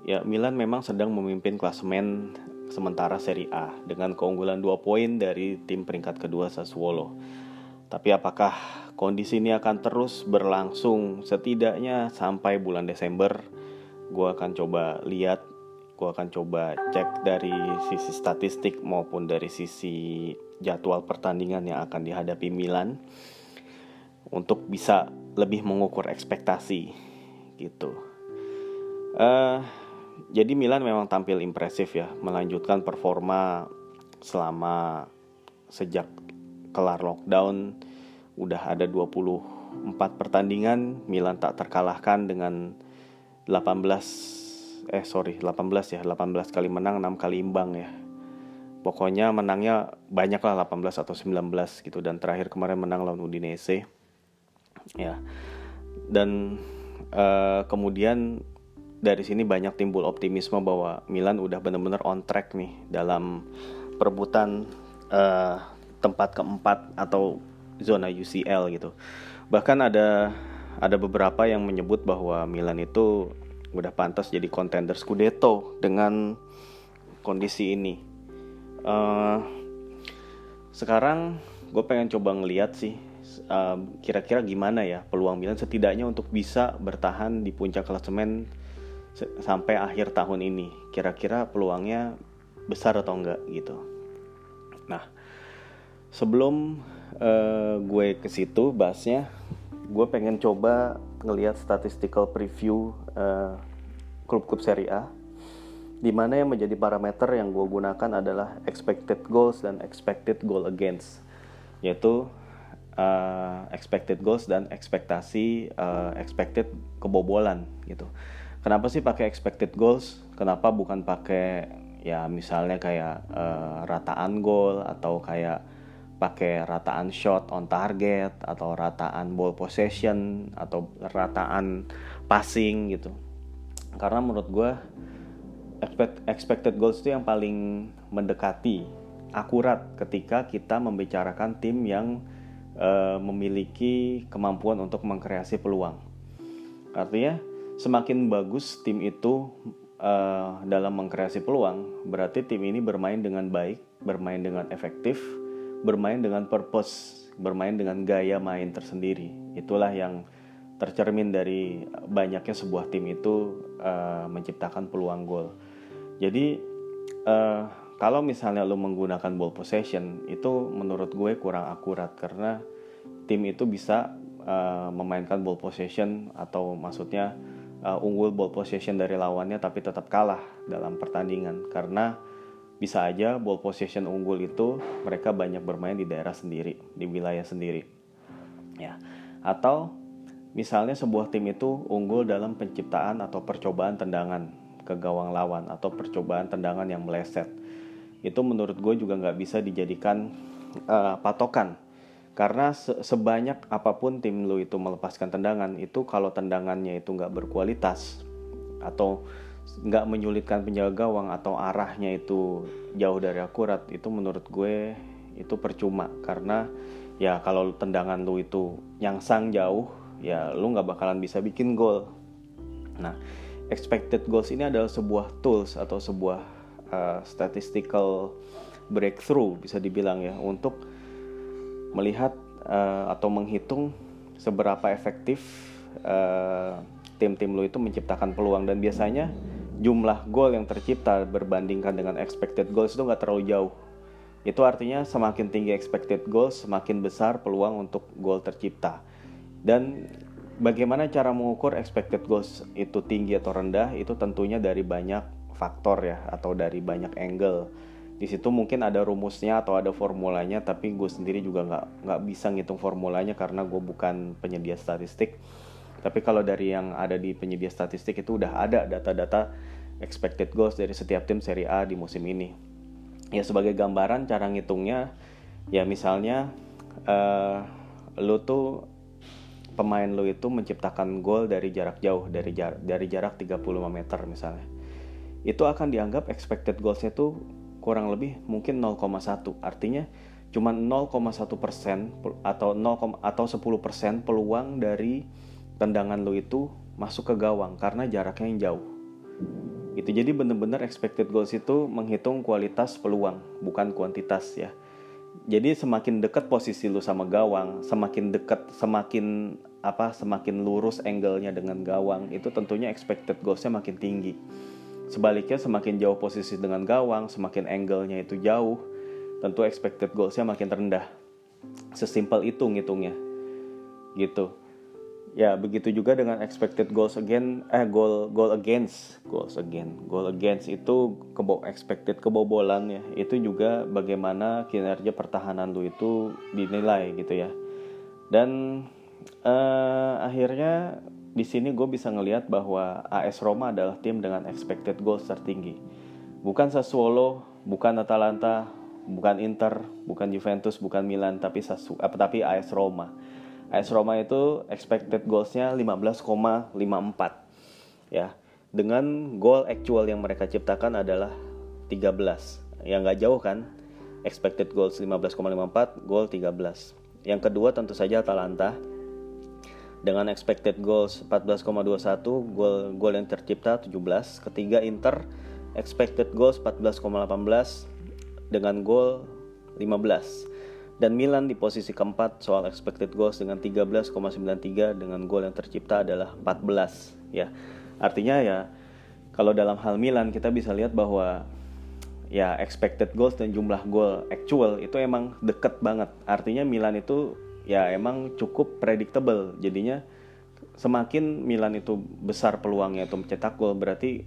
Ya, Milan memang sedang memimpin klasemen sementara Serie A dengan keunggulan 2 poin dari tim peringkat kedua Sassuolo. Tapi apakah kondisi ini akan terus berlangsung setidaknya sampai bulan Desember? Gue akan coba lihat, gue akan coba cek dari sisi statistik maupun dari sisi jadwal pertandingan yang akan dihadapi Milan untuk bisa lebih mengukur ekspektasi gitu. Jadi Milan memang tampil impresif ya, melanjutkan performa selama sejak kelar lockdown. Udah ada 24 pertandingan, Milan tak terkalahkan dengan 18 kali menang, 6 kali imbang ya. Pokoknya menangnya banyak lah, 18 atau 19 gitu, dan terakhir kemarin menang lawan Udinese. Ya. Dan kemudian dari sini banyak timbul optimisme bahwa Milan udah benar-benar on track nih dalam perebutan tempat keempat atau zona UCL gitu. Bahkan ada beberapa yang menyebut bahwa Milan itu udah pantas jadi contender Scudetto dengan kondisi ini. Sekarang gue pengen coba ngeliat sih kira-kira gimana ya peluang Milan setidaknya untuk bisa bertahan di puncak klasemen sampai akhir tahun ini. Kira-kira peluangnya besar atau enggak gitu. Nah, sebelum gue ke situ bahasnya, gue pengen coba ngelihat statistical preview klub-klub Serie A, di mana yang menjadi parameter yang gue gunakan adalah expected goals dan expected goal against, yaitu expected goals dan ekspektasi expected kebobolan gitu. Kenapa sih pakai expected goals? Kenapa bukan pakai ya misalnya kayak rataan gol, atau kayak pakai rataan shot on target, atau rataan ball possession, atau rataan passing gitu? Karena menurut gue expected goals itu yang paling mendekati akurat ketika kita membicarakan tim yang memiliki kemampuan untuk mengkreasi peluang. Artinya semakin bagus tim itu dalam mengkreasi peluang, berarti tim ini bermain dengan baik, bermain dengan efektif, bermain dengan purpose, bermain dengan gaya main tersendiri. Itulah yang tercermin dari banyaknya sebuah tim itu menciptakan peluang gol. Jadi kalau misalnya lo menggunakan ball possession, itu menurut gue kurang akurat, karena tim itu bisa memainkan ball possession, atau maksudnya unggul ball possession dari lawannya tapi tetap kalah dalam pertandingan, karena bisa aja ball possession unggul itu mereka banyak bermain di daerah sendiri, di wilayah sendiri ya. Atau misalnya sebuah tim itu unggul dalam penciptaan atau percobaan tendangan ke gawang lawan, atau percobaan tendangan yang meleset. Itu menurut gue juga gak bisa dijadikan patokan, karena sebanyak apapun tim lu itu melepaskan tendangan, itu kalau tendangannya itu gak berkualitas, atau gak menyulitkan penjaga gawang, atau arahnya itu jauh dari akurat, itu menurut gue itu percuma. Karena ya kalau tendangan lu itu nyangsang jauh, ya lu gak bakalan bisa bikin gol. Nah, expected goals ini adalah sebuah tools atau sebuah statistical breakthrough bisa dibilang ya, untuk melihat atau menghitung seberapa efektif tim-tim lo itu menciptakan peluang. Dan biasanya jumlah gol yang tercipta berbandingkan dengan expected goals itu gak terlalu jauh. Itu artinya semakin tinggi expected goals, semakin besar peluang untuk gol tercipta. Dan bagaimana cara mengukur expected goals itu tinggi atau rendah, itu tentunya dari banyak faktor ya, atau dari banyak angle. Di situ mungkin ada rumusnya atau ada formulanya, tapi gue sendiri juga nggak bisa ngitung formulanya karena gue bukan penyedia statistik. Tapi kalau dari yang ada di penyedia statistik itu udah ada data-data expected goals dari setiap tim Serie A di musim ini. Ya sebagai gambaran cara ngitungnya, ya misalnya lo tuh pemain lo itu menciptakan gol dari jarak jauh, dari jarak 35 meter misalnya. Itu akan dianggap expected goals-nya tuh kurang lebih mungkin 0,1. Artinya cuma 0,1% atau 10% peluang dari tendangan lo itu masuk ke gawang karena jaraknya yang jauh. gitu. Jadi benar-benar expected goals itu menghitung kualitas peluang, bukan kuantitas ya. Jadi semakin dekat posisi lu sama gawang, semakin dekat, semakin lurus angle-nya dengan gawang, itu tentunya expected goals-nya makin tinggi. Sebaliknya semakin jauh posisi dengan gawang, semakin angle-nya itu jauh, tentu expected goals-nya makin rendah. Sesimpel itu ngitungnya. Gitu. Ya, begitu juga dengan expected goals against itu expected kebobolan ya. Itu juga bagaimana kinerja pertahanan lu itu dinilai gitu ya. Dan akhirnya di sini gue bisa ngelihat bahwa AS Roma adalah tim dengan expected goals tertinggi. Bukan Sassuolo, bukan Atalanta, bukan Inter, bukan Juventus, bukan Milan, tapi AS Roma. AS Roma itu expected goals-nya 15,54 ya. Dengan goal actual yang mereka ciptakan adalah 13. Ya nggak jauh kan? Expected goals 15,54, goal 13. Yang kedua tentu saja Atalanta dengan expected goals 14,21, gol yang tercipta 17. Ketiga Inter, expected goals 14,18 dengan gol 15. Dan Milan di posisi keempat soal expected goals dengan 13,93 dengan gol yang tercipta adalah 14 ya. Artinya ya kalau dalam hal Milan kita bisa lihat bahwa ya expected goals dan jumlah gol actual itu emang deket banget. Artinya Milan itu ya emang cukup predictable. Jadinya semakin Milan itu besar peluangnya untuk mencetak gol, berarti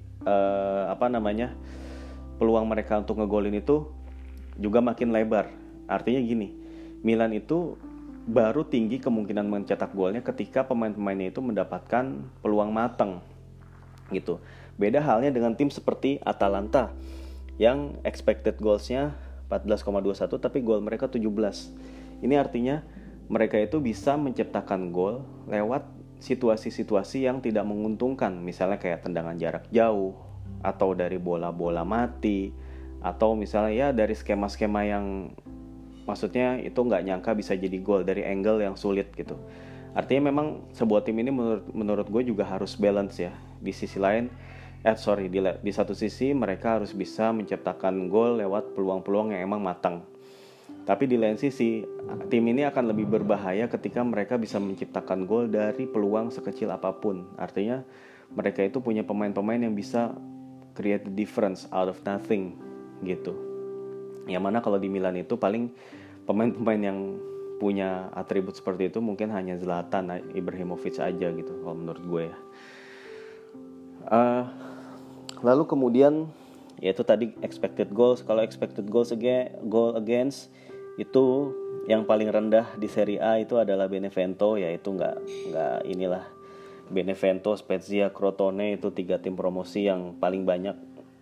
peluang mereka untuk ngegolin itu juga makin lebar. Artinya gini, Milan itu baru tinggi kemungkinan mencetak golnya ketika pemain-pemainnya itu mendapatkan peluang matang gitu. Beda halnya dengan tim seperti Atalanta yang expected goals-nya 14,21 tapi gol mereka 17. Ini artinya mereka itu bisa menciptakan gol lewat situasi-situasi yang tidak menguntungkan, misalnya kayak tendangan jarak jauh atau dari bola-bola mati, atau misalnya ya dari skema-skema yang maksudnya itu nggak nyangka bisa jadi gol dari angle yang sulit gitu. Artinya memang sebuah tim ini menurut gue juga harus balance ya. Di sisi lain, di satu sisi mereka harus bisa menciptakan gol lewat peluang-peluang yang emang matang. Tapi di lain sisi, tim ini akan lebih berbahaya ketika mereka bisa menciptakan gol dari peluang sekecil apapun. Artinya mereka itu punya pemain-pemain yang bisa create the difference out of nothing gitu. Yang mana kalau di Milan itu paling pemain-pemain yang punya atribut seperti itu mungkin hanya Zlatan Ibrahimovic aja gitu kalau menurut gue ya. Lalu kemudian yaitu tadi expected goals. Kalau expected goal against itu yang paling rendah di Serie A itu adalah Benevento, yaitu nggak inilah Benevento, Spezia, Crotone itu 3 tim promosi yang paling banyak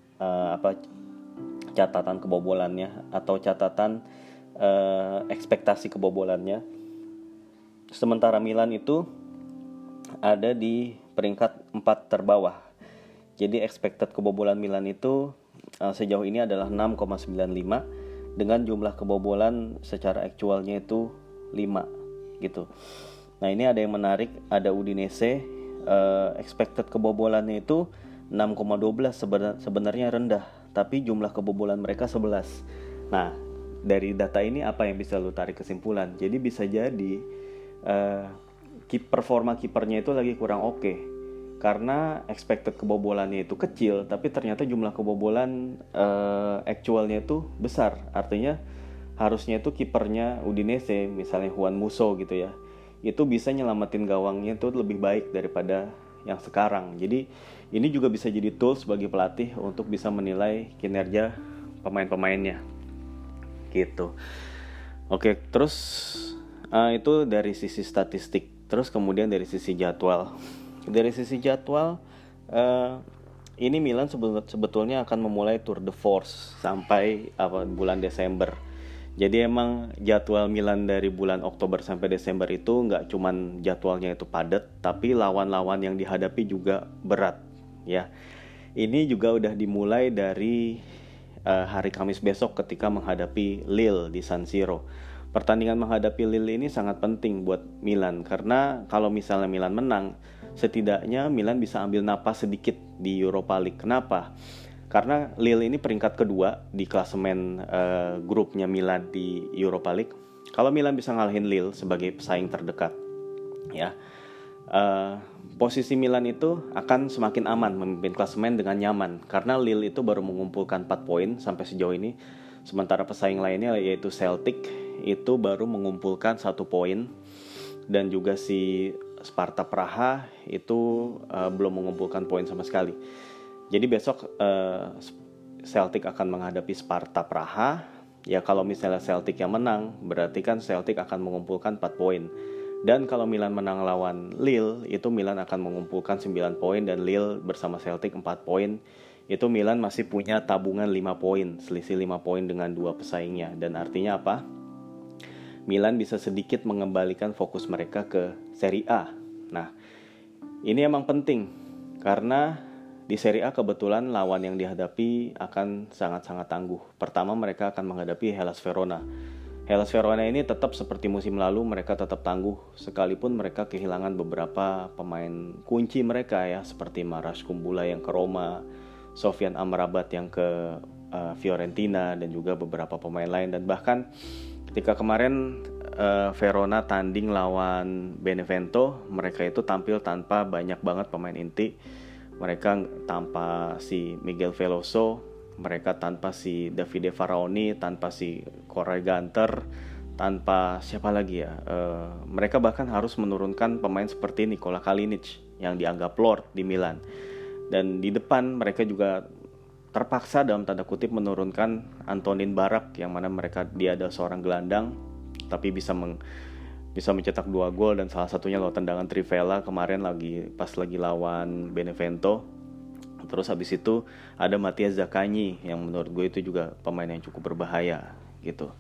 catatan kebobolannya atau catatan ekspektasi kebobolannya. Sementara Milan itu ada di peringkat 4 terbawah. Jadi expected kebobolan Milan itu sejauh ini adalah 6,95 dengan jumlah kebobolan secara aktualnya itu 5 gitu. Nah ini ada yang menarik, ada Udinese expected kebobolannya itu 6,12 sebenarnya rendah, tapi jumlah kebobolan mereka 11. Nah, dari data ini apa yang bisa lu tarik kesimpulan? Jadi bisa jadi performa kipernya itu lagi kurang oke. Karena expected kebobolannya itu kecil, tapi ternyata jumlah kebobolan actualnya itu besar. Artinya harusnya itu kipernya Udinese, misalnya Juan Musso gitu ya, itu bisa nyelamatin gawangnya itu lebih baik daripada yang sekarang. Jadi ini juga bisa jadi tools bagi pelatih untuk bisa menilai kinerja pemain-pemainnya gitu. Oke, terus itu dari sisi statistik. Terus kemudian dari sisi jadwal. Dari sisi jadwal ini Milan sebetulnya akan memulai Tour de Force sampai bulan Desember. Jadi emang jadwal Milan dari bulan Oktober sampai Desember itu nggak cuman jadwalnya itu padat, tapi lawan-lawan yang dihadapi juga berat ya. Ini juga udah dimulai dari hari Kamis besok ketika menghadapi Lille di San Siro. Pertandingan menghadapi Lille ini sangat penting buat Milan karena kalau misalnya Milan menang, setidaknya Milan bisa ambil napas sedikit di Europa League. Kenapa? Karena Lille ini peringkat kedua di klasemen grupnya Milan di Europa League. Kalau Milan bisa ngalahin Lille sebagai pesaing terdekat, ya, posisi Milan itu akan semakin aman memimpin klasemen dengan nyaman. Karena Lille itu baru mengumpulkan 4 poin sampai sejauh ini, sementara pesaing lainnya yaitu Celtic itu baru mengumpulkan 1 poin, dan juga si Sparta Praha itu belum mengumpulkan poin sama sekali. Jadi besok Celtic akan menghadapi Sparta Praha. Ya kalau misalnya Celtic yang menang, berarti kan Celtic akan mengumpulkan 4 poin. Dan kalau Milan menang lawan Lille, itu Milan akan mengumpulkan 9 poin dan Lille bersama Celtic 4 poin. Itu Milan masih punya tabungan 5 poin, selisih 5 poin dengan 2 pesaingnya. Dan artinya apa? Milan bisa sedikit mengembalikan fokus mereka ke Serie A. Nah, ini emang penting karena di Serie A kebetulan lawan yang dihadapi akan sangat-sangat tangguh. Pertama mereka akan menghadapi Hellas Verona. Hellas Verona ini tetap seperti musim lalu, mereka tetap tangguh sekalipun mereka kehilangan beberapa pemain kunci mereka ya, seperti Maras Kumbula yang ke Roma, Sofyan Amrabat yang ke Fiorentina, dan juga beberapa pemain lain. Dan bahkan ketika kemarin Verona tanding lawan Benevento, mereka itu tampil tanpa banyak banget pemain inti. Mereka tanpa si Miguel Veloso, mereka tanpa si Davide Faraoni, tanpa si Corey Gunter, tanpa siapa lagi ya. Mereka bahkan harus menurunkan pemain seperti Nikola Kalinic yang dianggap Lord di Milan. Dan di depan mereka juga terpaksa dalam tanda kutip menurunkan Antonin Barak, yang mana dia ada seorang gelandang tapi bisa mencetak 2 gol, dan salah satunya lewat tendangan Trivela kemarin pas lagi lawan Benevento. Terus habis itu ada Mathias Zaccagni yang menurut gue itu juga pemain yang cukup berbahaya gitu.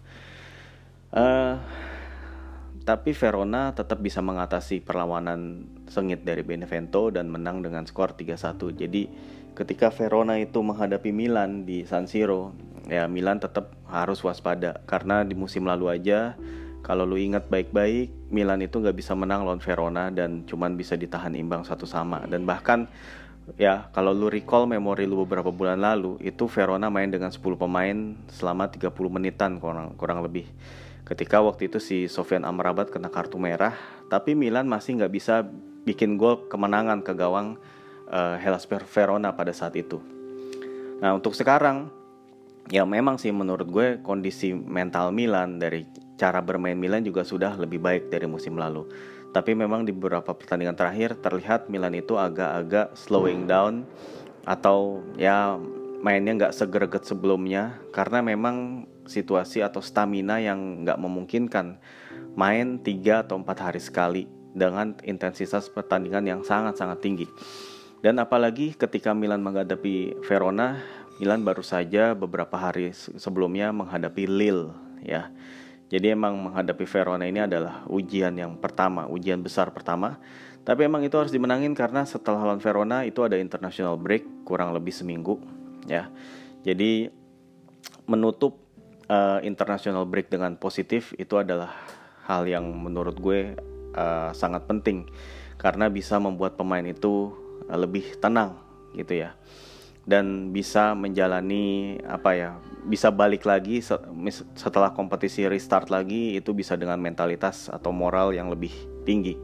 Tapi Verona tetap bisa mengatasi perlawanan sengit dari Benevento dan menang dengan skor 3-1. Jadi ketika Verona itu menghadapi Milan di San Siro, ya Milan tetap harus waspada. Karena di musim lalu aja, kalau lu ingat baik-baik, Milan itu gak bisa menang lawan Verona dan cuman bisa ditahan imbang 1-1. Dan bahkan ya kalau lu recall memori lu beberapa bulan lalu, itu Verona main dengan 10 pemain selama 30 menitan kurang lebih. Ketika waktu itu si Sofyan Amrabat kena kartu merah, tapi Milan masih gak bisa bikin gol kemenangan ke gawang Hellas Verona pada saat itu. Nah untuk sekarang, ya memang sih menurut gue kondisi mental Milan dari cara bermain Milan juga sudah lebih baik dari musim lalu. Tapi memang di beberapa pertandingan terakhir terlihat Milan itu agak-agak slowing down, atau ya mainnya gak segereget sebelumnya, karena memang situasi atau stamina yang gak memungkinkan main 3 atau 4 hari sekali dengan intensitas pertandingan yang sangat-sangat tinggi. Dan apalagi ketika Milan menghadapi Verona, Milan baru saja beberapa hari sebelumnya menghadapi Lille ya. Jadi emang menghadapi Verona ini adalah ujian yang pertama, ujian besar pertama. Tapi emang itu harus dimenangin karena setelah lawan Verona itu ada international break kurang lebih seminggu ya. Jadi menutup international break dengan positif itu adalah hal yang menurut gue sangat penting, karena bisa membuat pemain itu lebih tenang gitu ya, dan bisa menjalani bisa balik lagi setelah kompetisi restart lagi, itu bisa dengan mentalitas atau moral yang lebih tinggi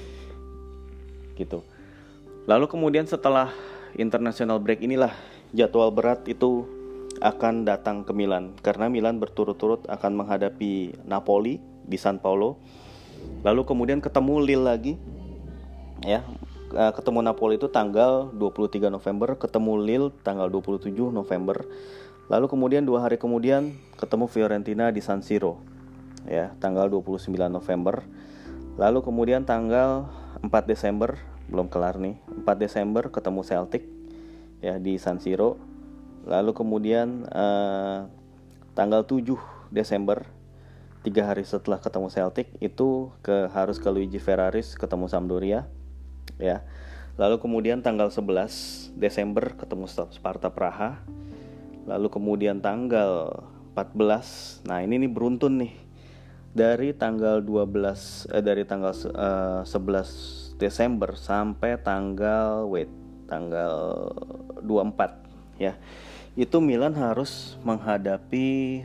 gitu. Lalu kemudian setelah international break inilah jadwal berat itu akan datang ke Milan, karena Milan berturut-turut akan menghadapi Napoli di San Paolo, lalu kemudian ketemu Lille lagi ya. Ketemu Napoli itu tanggal 23 November, ketemu Lille tanggal 27 November. Lalu kemudian 2 hari kemudian ketemu Fiorentina di San Siro ya, tanggal 29 November. Lalu kemudian tanggal 4 Desember, belum kelar nih, 4 Desember ketemu Celtic ya di San Siro. Lalu kemudian tanggal 7 Desember, 3 hari setelah ketemu Celtic, itu harus ke Luigi Ferraris ketemu Sampdoria ya. Lalu kemudian tanggal 11 Desember ketemu Sparta Praha. Lalu kemudian tanggal 14, nah ini nih beruntun nih, dari tanggal 11 Desember sampai tanggal 24 ya. Itu Milan harus menghadapi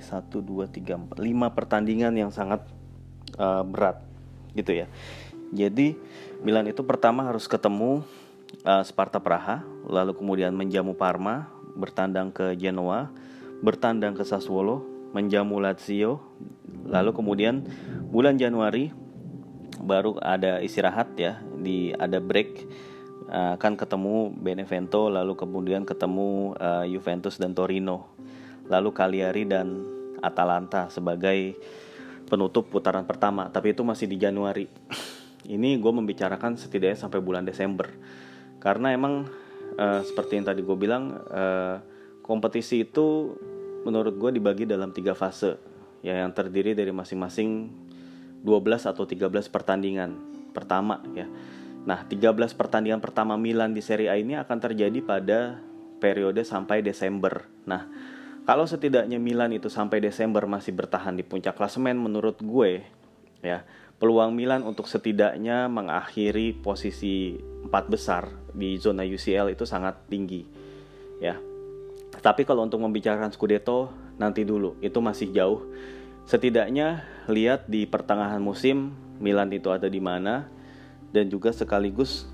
5 pertandingan yang sangat berat gitu ya. Jadi Milan itu pertama harus ketemu Sparta Praha, lalu kemudian menjamu Parma, bertandang ke Genoa, bertandang ke Sassuolo, menjamu Lazio, lalu kemudian bulan Januari baru ada istirahat ya, ada break, akan ketemu Benevento, lalu kemudian ketemu Juventus dan Torino, lalu Cagliari dan Atalanta sebagai penutup putaran pertama. Tapi itu masih di Januari. Ini gue membicarakan setidaknya sampai bulan Desember, karena emang seperti yang tadi gue bilang, kompetisi itu menurut gue dibagi dalam 3 fase ya, yang terdiri dari masing-masing 12 atau 13 pertandingan pertama ya. Nah, 13 pertandingan pertama Milan di Serie A ini akan terjadi pada periode sampai Desember. Nah, kalau setidaknya Milan itu sampai Desember masih bertahan di puncak klasemen, menurut gue ya, peluang Milan untuk setidaknya mengakhiri posisi 4 besar di zona UCL itu sangat tinggi ya. Tapi kalau untuk membicarakan Scudetto nanti dulu, itu masih jauh. Setidaknya lihat di pertengahan musim Milan itu ada di mana, dan juga sekaligus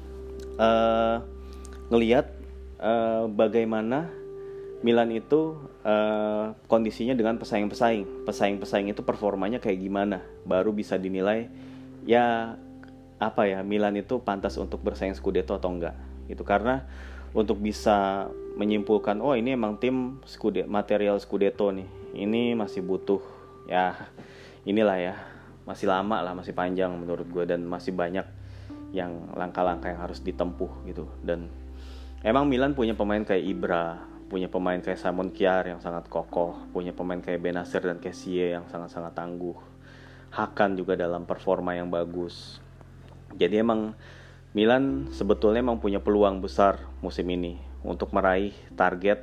ngelihat bagaimana Milan itu kondisinya dengan pesaing-pesaing itu performanya kayak gimana, baru bisa dinilai ya Milan itu pantas untuk bersaing Scudetto atau enggak gitu. Karena untuk bisa menyimpulkan ini emang tim material Scudetto nih, ini masih butuh ya, inilah ya, masih lama lah, masih panjang menurut gue, dan masih banyak yang langkah-langkah yang harus ditempuh gitu. Dan emang Milan punya pemain kayak Ibra, punya pemain kayak Simon Kjaer yang sangat kokoh, punya pemain kayak Bennacer dan Kessie yang sangat-sangat tangguh, Hakan juga dalam performa yang bagus. Jadi emang Milan sebetulnya emang punya peluang besar musim ini untuk meraih target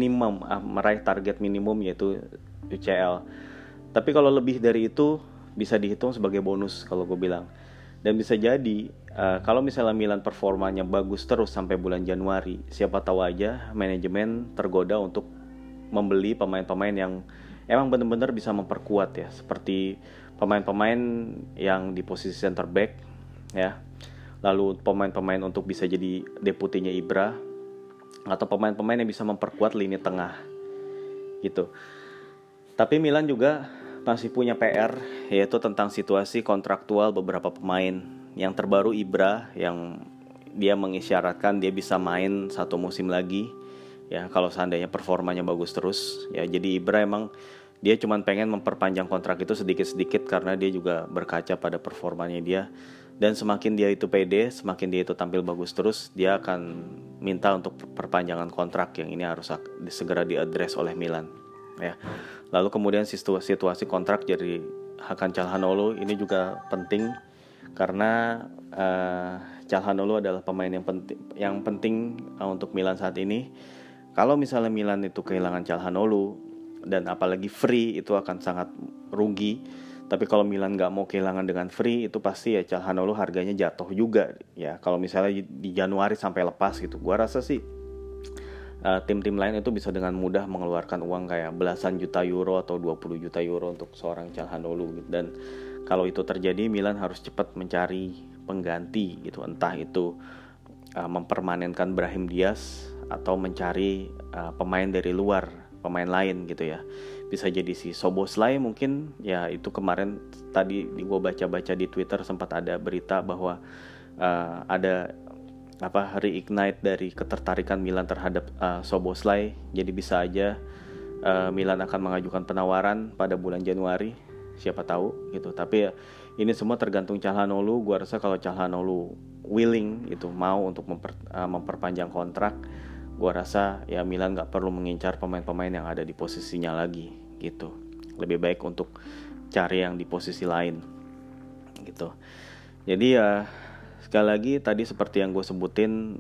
minimum yaitu UCL. Tapi kalau lebih dari itu bisa dihitung sebagai bonus kalau gue bilang. Dan bisa jadi kalau misalnya Milan performanya bagus terus sampai bulan Januari, siapa tahu aja manajemen tergoda untuk membeli pemain-pemain yang emang benar-benar bisa memperkuat ya, seperti pemain-pemain yang di posisi center back ya, lalu pemain-pemain untuk bisa jadi deputinya Ibra, atau pemain-pemain yang bisa memperkuat lini tengah gitu. Tapi Milan juga masih punya PR, yaitu tentang situasi kontraktual beberapa pemain. Yang terbaru Ibra, yang dia mengisyaratkan dia bisa main 1 musim lagi ya, kalau seandainya performanya bagus terus ya. Jadi Ibra emang dia cuma pengen memperpanjang kontrak itu sedikit-sedikit, karena dia juga berkaca pada performanya dia. Dan semakin dia itu pede, semakin dia itu tampil bagus terus, dia akan minta untuk perpanjangan kontrak, yang ini harus segera diadres oleh Milan ya. Lalu kemudian situasi kontrak dari Hakan Calhanoglu ini juga penting, karena Calhanoglu adalah pemain yang penting untuk Milan saat ini. Kalau misalnya Milan itu kehilangan Calhanoglu, dan apalagi free, itu akan sangat rugi. Tapi kalau Milan nggak mau kehilangan dengan free, itu pasti ya Calhanoglu harganya jatuh juga ya. Kalau misalnya di Januari sampai lepas gitu, gua rasa sih tim-tim lain itu bisa dengan mudah mengeluarkan uang kayak belasan juta euro atau 20 juta euro untuk seorang Calhanoglu gitu. Dan kalau itu terjadi, Milan harus cepat mencari pengganti gitu, entah itu mempermanenkan Brahim Diaz atau mencari pemain dari luar, pemain lain gitu ya. Bisa jadi si Szoboszlai mungkin ya, itu kemarin tadi gue baca-baca di Twitter sempat ada berita bahwa ada reignite dari ketertarikan Milan terhadap Szoboszlai. Jadi bisa aja Milan akan mengajukan penawaran pada bulan Januari, siapa tahu gitu. Tapi ya, ini semua tergantung Calhanoglu. Gue rasa kalau Calhanoglu willing itu mau untuk memperpanjang kontrak, gue rasa ya Milan gak perlu mengincar pemain-pemain yang ada di posisinya lagi gitu. Lebih baik untuk cari yang di posisi lain gitu. Jadi ya sekali lagi tadi seperti yang gue sebutin,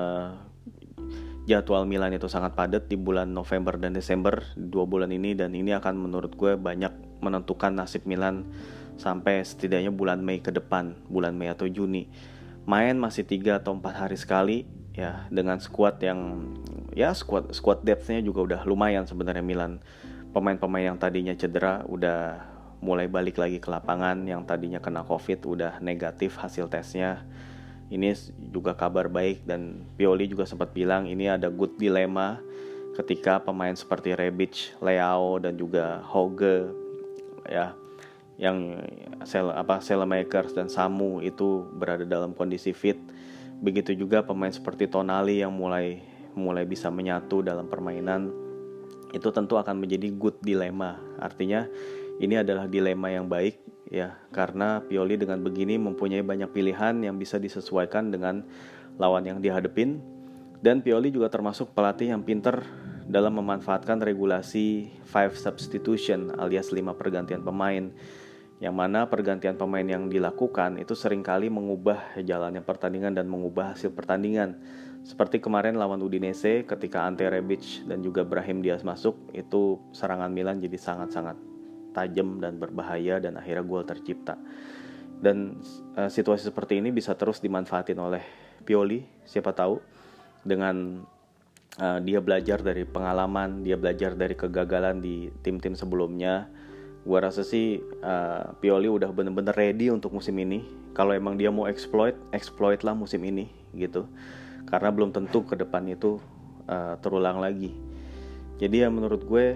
jadwal Milan itu sangat padat di bulan November dan Desember, 2 bulan ini. Dan ini akan menurut gue banyak menentukan nasib Milan sampai setidaknya bulan Mei ke depan, bulan Mei atau Juni. Main masih 3 atau 4 hari sekali ya, dengan squad yang ya squad depth-nya juga udah lumayan sebenarnya Milan. Pemain-pemain yang tadinya cedera udah mulai balik lagi ke lapangan, yang tadinya kena Covid udah negatif hasil tesnya. Ini juga kabar baik, dan Pioli juga sempat bilang ini ada good dilemma ketika pemain seperti Rebic, Leao dan juga Hauge ya, yang Selemakers dan Samu itu berada dalam kondisi fit. Begitu juga pemain seperti Tonali yang mulai bisa menyatu dalam permainan. Itu tentu akan menjadi good dilemma. Artinya ini adalah dilema yang baik ya, karena Pioli dengan begini mempunyai banyak pilihan yang bisa disesuaikan dengan lawan yang dihadapin. Dan Pioli juga termasuk pelatih yang pinter dalam memanfaatkan regulasi 5 substitution alias 5 pergantian pemain, yang mana pergantian pemain yang dilakukan itu seringkali mengubah jalannya pertandingan dan mengubah hasil pertandingan. Seperti kemarin lawan Udinese ketika Ante Rebic dan juga Brahim Diaz masuk, itu serangan Milan jadi sangat-sangat tajam dan berbahaya dan akhirnya gol tercipta. Dan situasi seperti ini bisa terus dimanfaatin oleh Pioli, siapa tahu dengan dia belajar dari pengalaman, dia belajar dari kegagalan di tim-tim sebelumnya. Gua rasa sih Pioli udah bener-bener ready untuk musim ini. Kalau emang dia mau exploit lah musim ini gitu. Karena belum tentu ke depan itu terulang lagi. Jadi ya menurut gue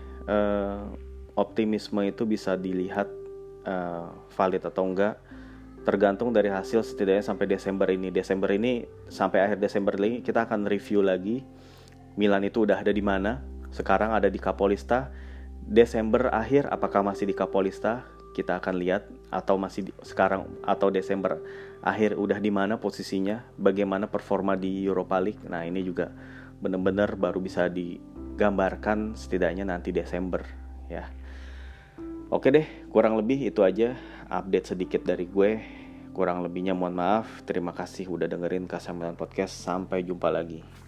optimisme itu bisa dilihat valid atau enggak tergantung dari hasil setidaknya sampai Desember ini. Desember ini sampai akhir Desember ini kita akan review lagi Milan itu udah ada di mana. Sekarang ada di Capolista. Desember akhir apakah masih di Capolista? Kita akan lihat, atau masih sekarang atau Desember akhir udah di mana posisinya, bagaimana performa di Europa League. Nah, ini juga benar-benar baru bisa digambarkan setidaknya nanti Desember ya. Oke deh, kurang lebih itu aja update sedikit dari gue. Kurang lebihnya mohon maaf. Terima kasih udah dengerin K9 Podcast. Sampai jumpa lagi.